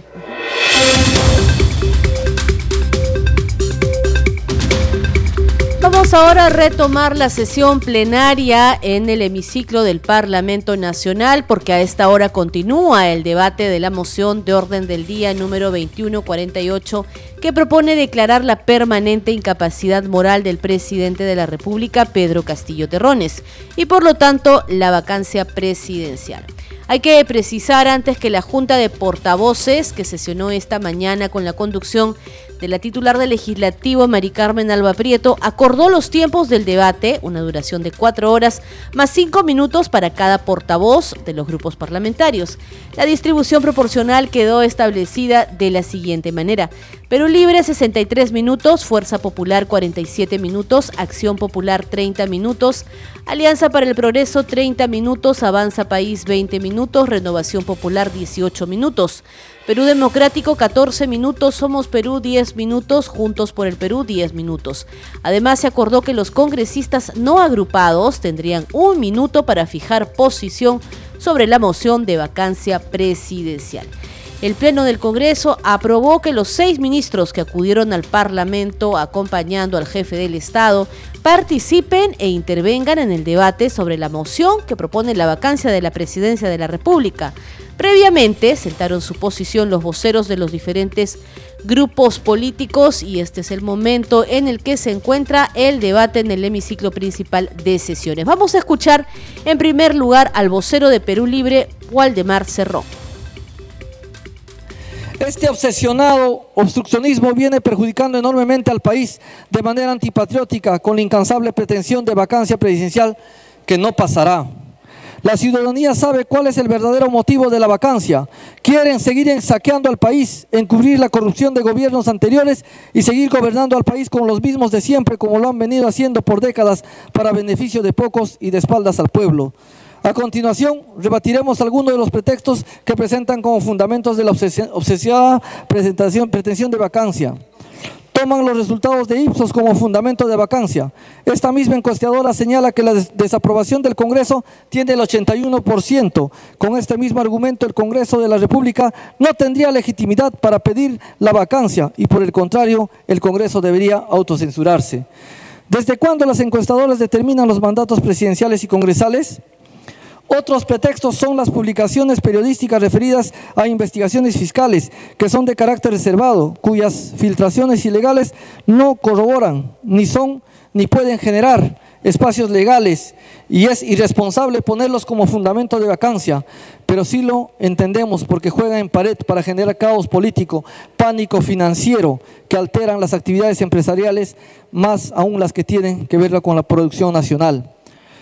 Vamos ahora a retomar la sesión plenaria en el hemiciclo del Parlamento Nacional, porque a esta hora continúa el debate de la moción de orden del día número veintiuno cuarenta y ocho, que propone declarar la permanente incapacidad moral del presidente de la República, Pedro Castillo Terrones, y por lo tanto la vacancia presidencial. Hay que precisar antes que la Junta de Portavoces, que sesionó esta mañana con la conducción de la titular del Legislativo, Mari Carmen Alba Prieto, acordó los tiempos del debate, una duración de cuatro horas, más cinco minutos para cada portavoz de los grupos parlamentarios. La distribución proporcional quedó establecida de la siguiente manera: Perú Libre sesenta y tres minutos, Fuerza Popular cuarenta y siete minutos, Acción Popular treinta minutos, Alianza para el Progreso treinta minutos, Avanza País veinte minutos, Renovación Popular dieciocho minutos. Perú Democrático catorce minutos, Somos Perú diez minutos, Juntos por el Perú diez minutos. Además, se acordó que los congresistas no agrupados tendrían un minuto para fijar posición sobre la moción de vacancia presidencial. El Pleno del Congreso aprobó que los seis ministros que acudieron al Parlamento acompañando al jefe del Estado participen e intervengan en el debate sobre la moción que propone la vacancia de la presidencia de la República. Previamente sentaron su posición los voceros de los diferentes grupos políticos y este es el momento en el que se encuentra el debate en el hemiciclo principal de sesiones. Vamos a escuchar en primer lugar al vocero de Perú Libre, Waldemar Cerrón. Este obsesionado obstruccionismo viene perjudicando enormemente al país de manera antipatriótica con la incansable pretensión de vacancia presidencial que no pasará. La ciudadanía sabe cuál es el verdadero motivo de la vacancia. Quieren seguir saqueando al país, encubrir la corrupción de gobiernos anteriores y seguir gobernando al país con los mismos de siempre, como lo han venido haciendo por décadas para beneficio de pocos y de espaldas al pueblo. A continuación, rebatiremos algunos de los pretextos que presentan como fundamentos de la obsesiva presentación, pretensión de vacancia. Toman los resultados de Ipsos como fundamento de vacancia. Esta misma encuestadora señala que la des desaprobación del Congreso tiene el ochenta y uno por ciento. Con este mismo argumento, el Congreso de la República no tendría legitimidad para pedir la vacancia y, por el contrario, el Congreso debería autocensurarse. ¿Desde cuándo las encuestadoras determinan los mandatos presidenciales y congresales? Otros pretextos son las publicaciones periodísticas referidas a investigaciones fiscales que son de carácter reservado, cuyas filtraciones ilegales no corroboran, ni son, ni pueden generar espacios legales y es irresponsable ponerlos como fundamento de vacancia, pero sí lo entendemos porque juegan en pared para generar caos político, pánico financiero que alteran las actividades empresariales, más aún las que tienen que ver con la producción nacional.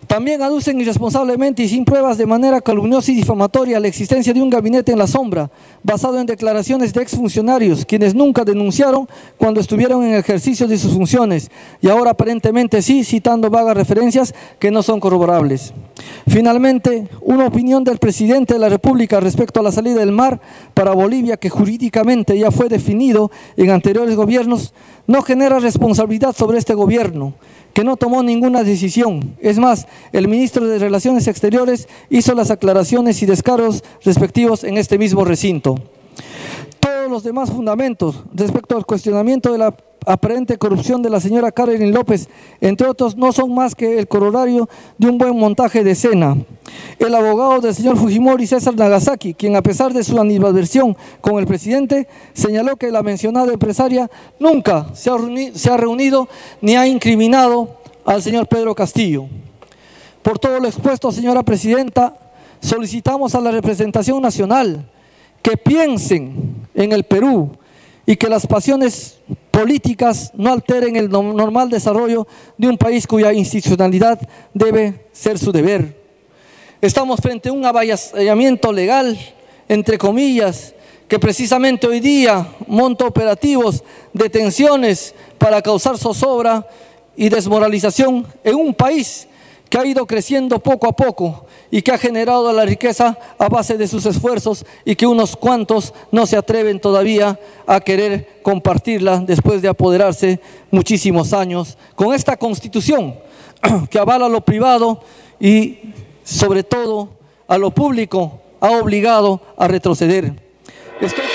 También aducen irresponsablemente y sin pruebas de manera calumniosa y difamatoria la existencia de un gabinete en la sombra, basado en declaraciones de exfuncionarios, quienes nunca denunciaron cuando estuvieron en ejercicio de sus funciones, y ahora aparentemente sí, citando vagas referencias que no son corroborables. Finalmente, una opinión del presidente de la República respecto a la salida del mar para Bolivia, que jurídicamente ya fue definido en anteriores gobiernos, no genera responsabilidad sobre este gobierno, que no tomó ninguna decisión. Es más, el ministro de Relaciones Exteriores hizo las aclaraciones y descargos respectivos en este mismo recinto. Todos los demás fundamentos respecto al cuestionamiento de la aparente corrupción de la señora Carolyn López, entre otros, no son más que el corolario de un buen montaje de escena. El abogado del señor Fujimori, César Nagasaki, quien a pesar de su animadversión con el presidente, señaló que la mencionada empresaria nunca se ha reunido, se ha reunido ni ha incriminado al señor Pedro Castillo. Por todo lo expuesto, señora presidenta, solicitamos a la representación nacional que piensen en el Perú y que las pasiones políticas no alteren el normal desarrollo de un país cuya institucionalidad debe ser su deber. Estamos frente a un avasallamiento legal, entre comillas, que precisamente hoy día monta operativos, detenciones para causar zozobra y desmoralización en un país que ha ido creciendo poco a poco y que ha generado la riqueza a base de sus esfuerzos y que unos cuantos no se atreven todavía a querer compartirla después de apoderarse muchísimos años con esta Constitución que avala lo privado y sobre todo a lo público ha obligado a retroceder. Estoy...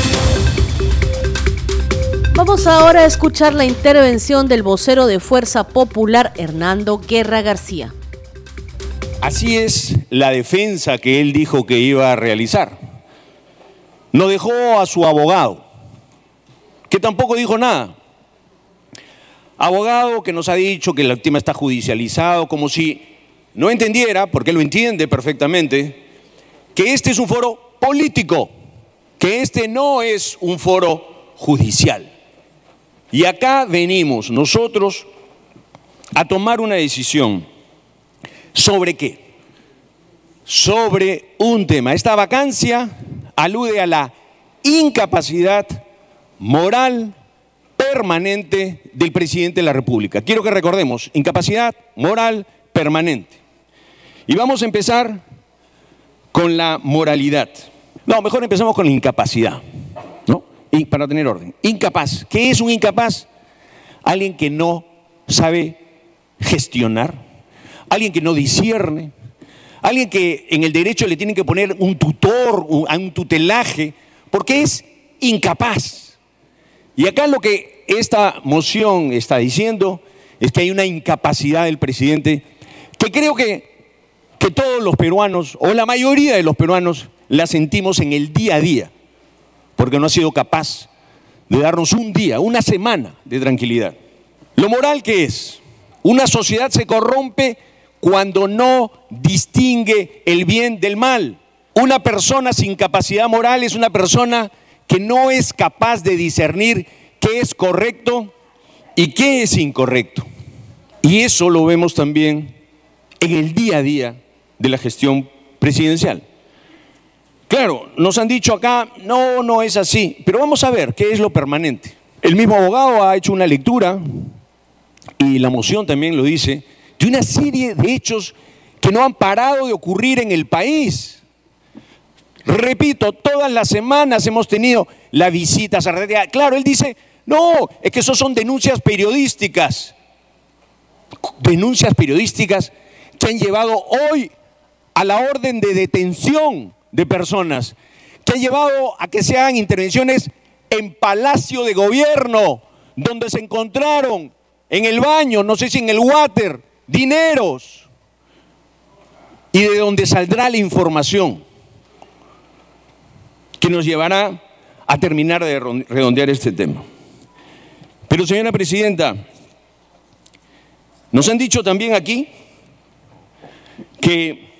Vamos ahora a escuchar la intervención del vocero de Fuerza Popular, Hernando Guerra García. Así es la defensa que él dijo que iba a realizar. No dejó a su abogado, que tampoco dijo nada. Abogado que nos ha dicho que el tema está judicializado, como si no entendiera, porque lo entiende perfectamente, que este es un foro político, que este no es un foro judicial. Y acá venimos nosotros a tomar una decisión. ¿Sobre qué? Sobre un tema. Esta vacancia alude a la incapacidad moral permanente del presidente de la República. Quiero que recordemos, incapacidad moral permanente. Y vamos a empezar con la moralidad. No, mejor empezamos con la incapacidad, ¿no? Y para tener orden. Incapaz. ¿Qué es un incapaz? Alguien que no sabe gestionar, alguien que no discierne, alguien que en el derecho le tienen que poner un tutor, un, un tutelaje, porque es incapaz. Y acá lo que esta moción está diciendo es que hay una incapacidad del presidente que creo que, que todos los peruanos, o la mayoría de los peruanos, la sentimos en el día a día, porque no ha sido capaz de darnos un día, una semana de tranquilidad. Lo moral que es, una sociedad se corrompe cuando no distingue el bien del mal. Una persona sin capacidad moral es una persona que no es capaz de discernir qué es correcto y qué es incorrecto. Y eso lo vemos también en el día a día de la gestión presidencial. Claro, nos han dicho acá, no, no es así, pero vamos a ver qué es lo permanente. El mismo abogado ha hecho una lectura, y la moción también lo dice, de una serie de hechos que no han parado de ocurrir en el país. Repito, todas las semanas hemos tenido la visita a Sarratea. Claro, él dice, no, es que eso son denuncias periodísticas. Denuncias periodísticas que han llevado hoy a la orden de detención de personas, que han llevado a que se hagan intervenciones en Palacio de Gobierno, donde se encontraron en el baño, no sé si en el water, dineros, y de donde saldrá la información que nos llevará a terminar de redondear este tema. Pero, señora presidenta, nos han dicho también aquí que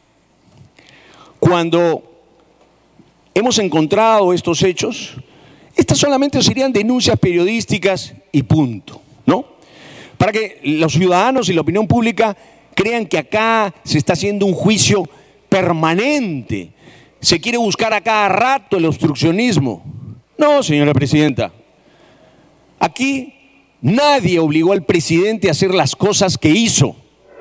cuando hemos encontrado estos hechos, estas solamente serían denuncias periodísticas y punto, ¿no? Para que los ciudadanos y la opinión pública crean que acá se está haciendo un juicio permanente. Se quiere buscar a cada rato el obstruccionismo. No, señora presidenta. Aquí nadie obligó al presidente a hacer las cosas que hizo.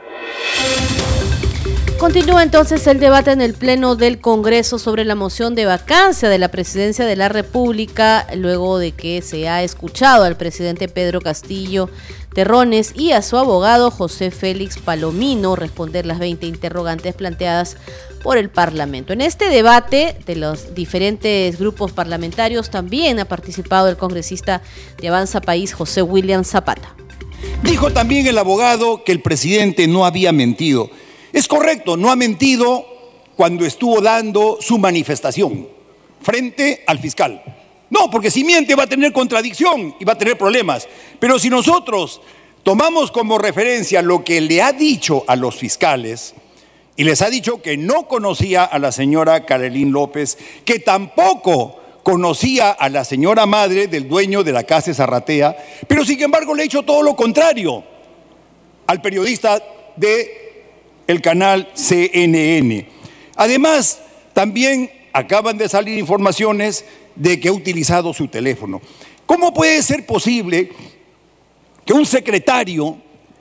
Continúa entonces el debate en el Pleno del Congreso sobre la moción de vacancia de la Presidencia de la República, luego de que se ha escuchado al presidente Pedro Castillo Terrones y a su abogado José Félix Palomino responder las veinte interrogantes planteadas por el Parlamento. En este debate de los diferentes grupos parlamentarios también ha participado el congresista de Avanza País, José William Zapata. Dijo también el abogado que el presidente no había mentido. Es correcto, no ha mentido cuando estuvo dando su manifestación frente al fiscal. No, porque si miente va a tener contradicción y va a tener problemas. Pero si nosotros tomamos como referencia lo que le ha dicho a los fiscales, y les ha dicho que no conocía a la señora Carolín López, que tampoco conocía a la señora madre del dueño de la casa de Zarratea, pero sin embargo le ha hecho todo lo contrario al periodista de el canal C N N. Además, también acaban de salir informaciones de que ha utilizado su teléfono. ¿Cómo puede ser posible que un secretario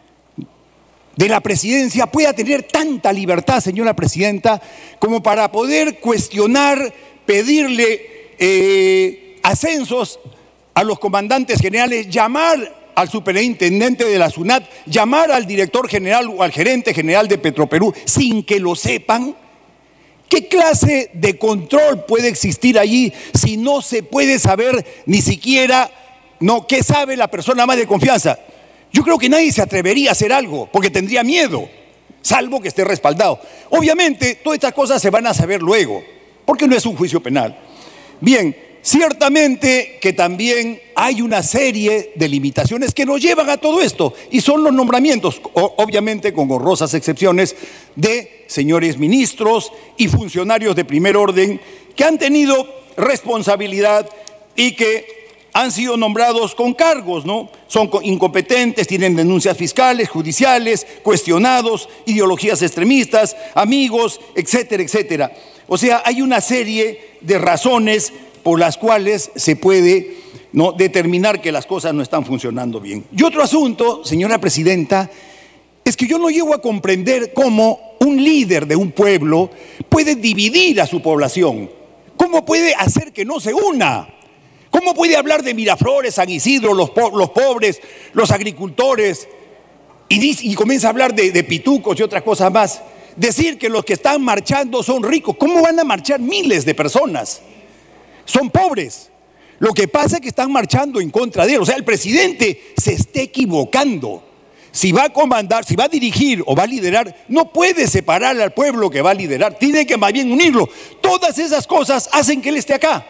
de la presidencia pueda tener tanta libertad, señora presidenta, como para poder cuestionar, pedirle eh, ascensos a los comandantes generales, llamar al superintendente de la SUNAT, llamar al director general o al gerente general de Petroperú sin que lo sepan? ¿Qué clase de control puede existir allí si no se puede saber ni siquiera no, qué sabe la persona más de confianza? Yo creo que nadie se atrevería a hacer algo porque tendría miedo, salvo que esté respaldado. Obviamente, todas estas cosas se van a saber luego, porque no es un juicio penal. Bien, ciertamente que también hay una serie de limitaciones que nos llevan a todo esto, y son los nombramientos, obviamente con honrosas excepciones, de señores ministros y funcionarios de primer orden que han tenido responsabilidad y que han sido nombrados con cargos, ¿no? Son incompetentes, tienen denuncias fiscales, judiciales, cuestionados, ideologías extremistas, amigos, etcétera, etcétera. O sea, hay una serie de razones por las cuales se puede, ¿no?, determinar que las cosas no están funcionando bien. Y otro asunto, señora presidenta, es que yo no llego a comprender cómo un líder de un pueblo puede dividir a su población. ¿Cómo puede hacer que no se una? ¿Cómo puede hablar de Miraflores, San Isidro, los, po los pobres, los agricultores, y, dice, y comienza a hablar de, de pitucos y otras cosas más? Decir que los que están marchando son ricos. ¿Cómo van a marchar miles de personas? Son pobres. Lo que pasa es que están marchando en contra de él. O sea, el presidente se está equivocando. Si va a comandar, si va a dirigir o va a liderar, no puede separar al pueblo que va a liderar. Tiene que más bien unirlo. Todas esas cosas hacen que él esté acá.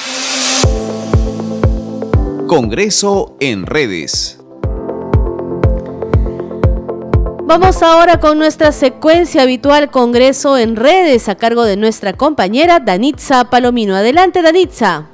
Congreso en redes. Vamos ahora con nuestra secuencia habitual Congreso en redes a cargo de nuestra compañera Danitza Palomino. Adelante, Danitza.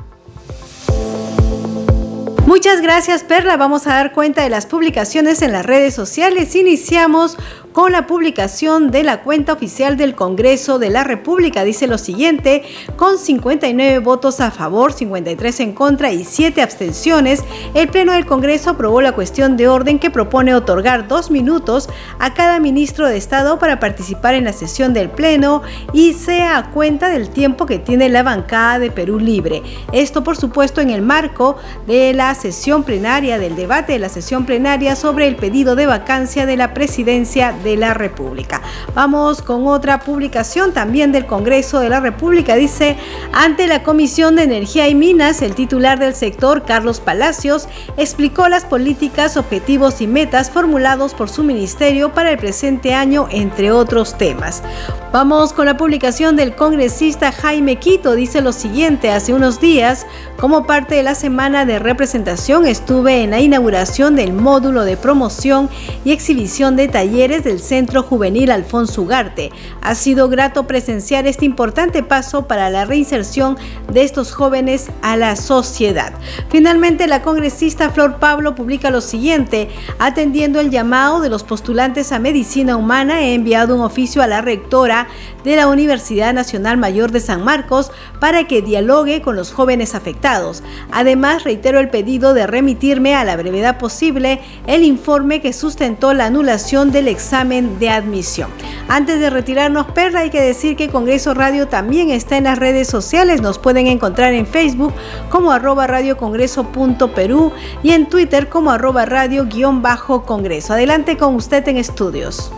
Muchas gracias, Perla. Vamos a dar cuenta de las publicaciones en las redes sociales. Iniciamos con la publicación de la cuenta oficial del Congreso de la República. Dice lo siguiente: con cincuenta y nueve votos a favor, cincuenta y tres en contra y siete abstenciones, el Pleno del Congreso aprobó la cuestión de orden que propone otorgar dos minutos a cada ministro de Estado para participar en la sesión del Pleno y sea a cuenta del tiempo que tiene la bancada de Perú Libre. Esto, por supuesto, en el marco de la sesión plenaria, del debate de la sesión plenaria sobre el pedido de vacancia de la presidencia de la República. Vamos con otra publicación también del Congreso de la República. Dice: ante la Comisión de Energía y Minas, el titular del sector, Carlos Palacios, explicó las políticas, objetivos y metas formulados por su ministerio para el presente año, entre otros temas. Vamos con la publicación del congresista Jaime Quito. Dice lo siguiente: hace unos días, como parte de la semana de representación, estuve en la inauguración del módulo de promoción y exhibición de talleres del del Centro Juvenil Alfonso Ugarte. Ha sido grato presenciar este importante paso para la reinserción de estos jóvenes a la sociedad. Finalmente, la congresista Flor Pablo publica lo siguiente: atendiendo el llamado de los postulantes a medicina humana, he enviado un oficio a la rectora de la Universidad Nacional Mayor de San Marcos para que dialogue con los jóvenes afectados. Además, reitero el pedido de remitirme a la brevedad posible el informe que sustentó la anulación del examen de admisión. Antes de retirarnos, Perla, hay que decir que Congreso Radio también está en las redes sociales. Nos pueden encontrar en Facebook como arroba radiocongreso.perú y en Twitter como arroba radio guión bajo congreso. Adelante con usted en estudios.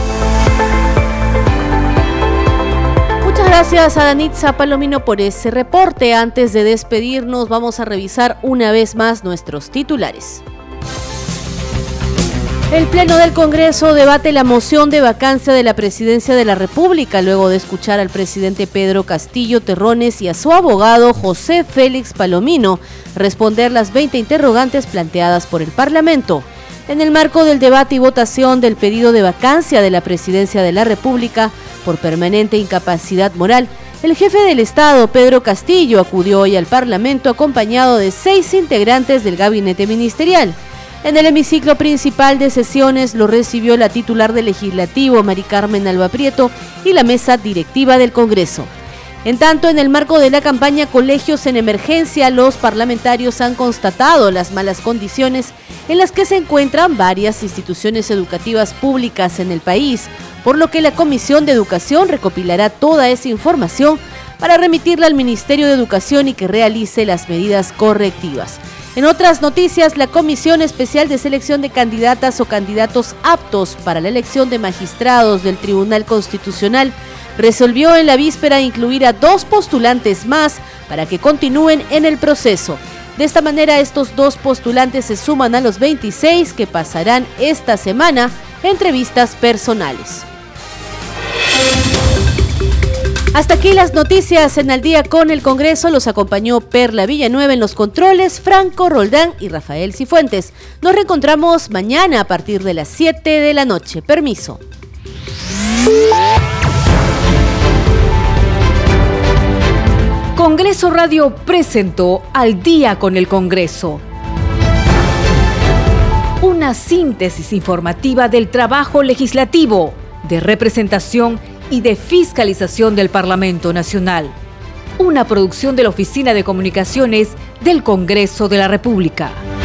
Muchas gracias a Danitza Palomino por ese reporte. Antes de despedirnos, vamos a revisar una vez más nuestros titulares. El Pleno del Congreso debate la moción de vacancia de la Presidencia de la República luego de escuchar al presidente Pedro Castillo Terrones y a su abogado José Félix Palomino responder las veinte interrogantes planteadas por el Parlamento. En el marco del debate y votación del pedido de vacancia de la Presidencia de la República por permanente incapacidad moral, el jefe del Estado, Pedro Castillo, acudió hoy al Parlamento acompañado de seis integrantes del gabinete ministerial. En el hemiciclo principal de sesiones lo recibió la titular del Legislativo, Mari Carmen Alba Prieto, y la mesa directiva del Congreso. En tanto, en el marco de la campaña Colegios en Emergencia, los parlamentarios han constatado las malas condiciones en las que se encuentran varias instituciones educativas públicas en el país, por lo que la Comisión de Educación recopilará toda esa información para remitirla al Ministerio de Educación y que realice las medidas correctivas. En otras noticias, la Comisión Especial de Selección de Candidatas o Candidatos Aptos para la elección de magistrados del Tribunal Constitucional resolvió en la víspera incluir a dos postulantes más para que continúen en el proceso. De esta manera, estos dos postulantes se suman a los veintiséis que pasarán esta semana entrevistas personales. Hasta aquí las noticias en Al Día con el Congreso. Los acompañó Perla Villanueva en los controles, Franco Roldán y Rafael Cifuentes. Nos reencontramos mañana a partir de las siete de la noche. Permiso. Congreso Radio presentó Al Día con el Congreso. Una síntesis informativa del trabajo legislativo, de representación y de fiscalización del Parlamento Nacional. Una producción de la Oficina de Comunicaciones del Congreso de la República.